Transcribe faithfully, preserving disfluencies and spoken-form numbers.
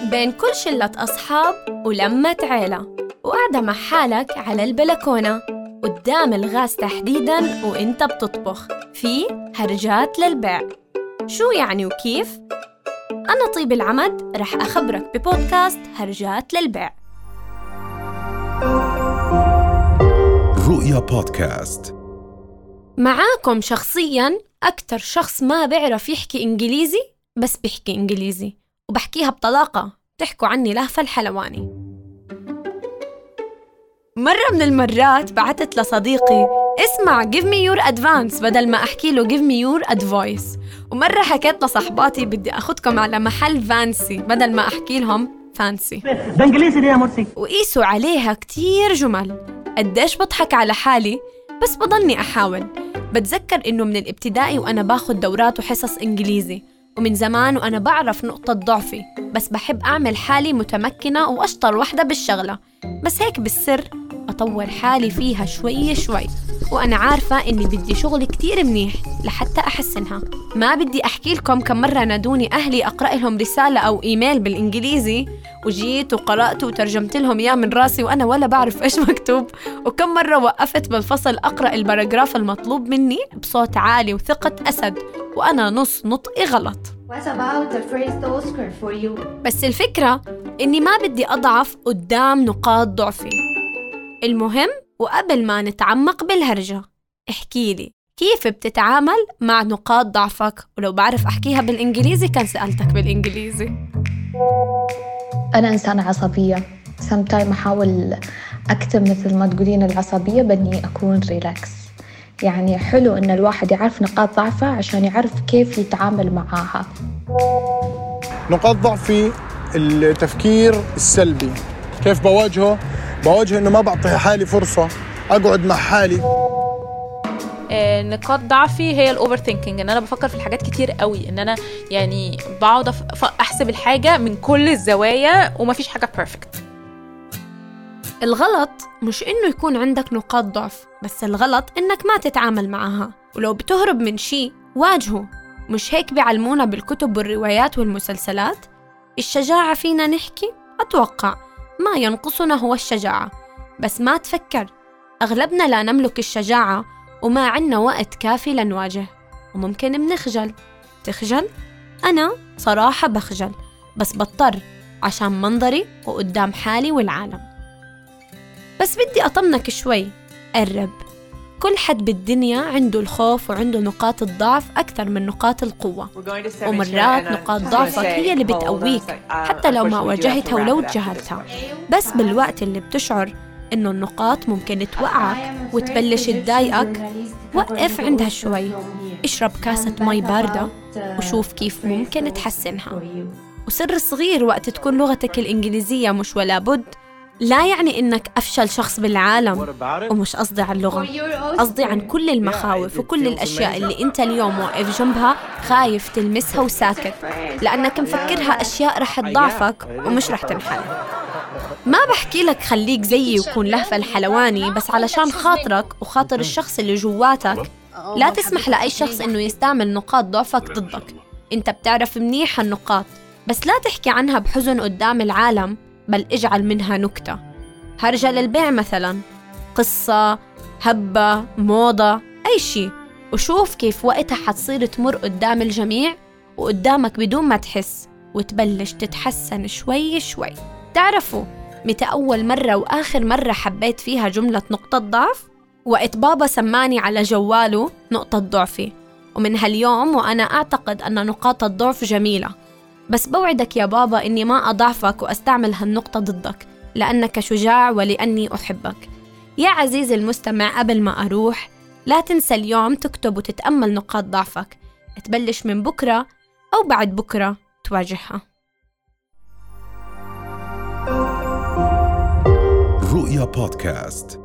بين كل شلة أصحاب ولمة عيلة، وقاعدة مع حالك على البلكونة قدام الغاز تحديداً وإنت بتطبخ في هرجات للبيع. شو يعني وكيف؟ أنا طيب العمد رح أخبرك ببودكاست هرجات للبيع. رؤيا بودكاست. معاكم شخصياً أكتر شخص ما بيعرف يحكي إنجليزي بس بيحكي إنجليزي، وبحكيها بطلاقة، تحكوا عني لهفة الحلواني. مرة من المرات بعتت لصديقي اسمع give me your advance بدل ما أحكي له give me your advice، ومرة حكيت لصحباتي بدي أخدكم على محل فانسي بدل ما أحكي لهم فانسي. ده إنجليزي دي يا مرسي. وقيسوا عليها كتير جمل. قديش بضحك على حالي بس بضلني أحاول. بتذكر إنه من الابتدائي وأنا باخد دورات وحصص إنجليزي، ومن زمان وأنا بعرف نقطة ضعفي، بس بحب أعمل حالي متمكنة وأشطر وحدة بالشغلة، بس هيك بالسر أطور حالي فيها شوي شوي، وأنا عارفة إني بدي شغل كتير منيح لحتى أحسنها. ما بدي أحكي لكم كم مرة نادوني أهلي أقرأ لهم رسالة أو إيميل بالإنجليزي وجيت وقرأت وترجمت لهم إياه من راسي وأنا ولا بعرف إيش مكتوب، وكم مرة وقفت بالفصل أقرأ الباراجراف المطلوب مني بصوت عالي وثقة أسد وأنا نص نطقي غلط. What about the first Oscar for you? بس الفكرة إني ما بدي أضعف قدام نقاط ضعفي. المهم وقبل ما نتعمق بالهرجة، احكيلي كيف بتتعامل مع نقاط ضعفك؟ ولو بعرف أحكيها بالإنجليزي كان سألتك بالإنجليزي. أنا إنسانة عصبية، sometimes أحاول أكتب مثل ما تقولين العصبية بأني أكون ريلاكس. يعني حلو إن الواحد يعرف نقاط ضعفه عشان يعرف كيف يتعامل معاها. نقاط ضعفي التفكير السلبي، كيف بواجهه؟ بواجهه إنه ما بعطي حالي فرصة أقعد مع حالي. نقاط ضعفي هي الأوفر ثينكينج، إن أنا بفكر في الحاجات كتير قوي، إن أنا يعني بقعد أحسب الحاجة من كل الزوايا وما فيش حاجة بيرفكت. الغلط مش إنه يكون عندك نقاط ضعف، بس الغلط إنك ما تتعامل معها، ولو بتهرب من شيء واجهه. مش هيك بيعلمونا بالكتب والروايات والمسلسلات؟ الشجاعة فينا نحكي؟ أتوقع ما ينقصنا هو الشجاعة، بس ما تفكر أغلبنا لا نملك الشجاعة وما عنا وقت كافي لنواجه، وممكن بنخجل. تخجل؟ أنا صراحة بخجل، بس بضطر عشان منظري وقدام حالي والعالم. بس بدي أطمنك شوي، قرب. كل حد بالدنيا عنده الخوف وعنده نقاط الضعف أكثر من نقاط القوة، ومرات نقاط ضعفك هي اللي بتقويك حتى لو ما واجهتها ولو تجاهلتها. بس بالوقت اللي بتشعر إنه النقاط ممكن توقعك وتبلش تضايقك، وقف عندها شوي، اشرب كاسة مي باردة وشوف كيف ممكن تحسنها. وسر صغير، وقت تكون لغتك الإنجليزية مش ولا بد، لا يعني إنك أفشل شخص بالعالم. ومش قصدي عن اللغة، قصدي عن كل المخاوف وكل الأشياء اللي أنت اليوم واقف جنبها خايف تلمسها وساكت، لأنك مفكرها أشياء رح تضعفك ومش رح تنحل. ما بحكي لك خليك زيي وكون لهفة الحلواني، بس علشان خاطرك وخاطر الشخص اللي جواتك لا تسمح لأي شخص إنه يستعمل نقاط ضعفك ضدك. أنت بتعرف منيح النقاط، بس لا تحكي عنها بحزن قدام العالم، بل اجعل منها نكتة. هرجة للبيع مثلا، قصة، هبة، موضة، أي شيء، وشوف كيف وقتها حتصير تمر قدام الجميع وقدامك بدون ما تحس، وتبلش تتحسن شوي شوي. تعرفوا متى أول مرة وآخر مرة حبيت فيها جملة نقطة ضعف؟ وقت بابا سماني على جواله نقطة ضعفي، ومن هاليوم وأنا أعتقد أن نقاط الضعف جميلة، بس بوعدك يا بابا إني ما أضعفك وأستعمل هالنقطة ضدك، لأنك شجاع ولأني أحبك. يا عزيزي المستمع، قبل ما أروح لا تنسى اليوم تكتب وتتأمل نقاط ضعفك، تبلش من بكرة أو بعد بكرة تواجهها. رؤيا بودكاست.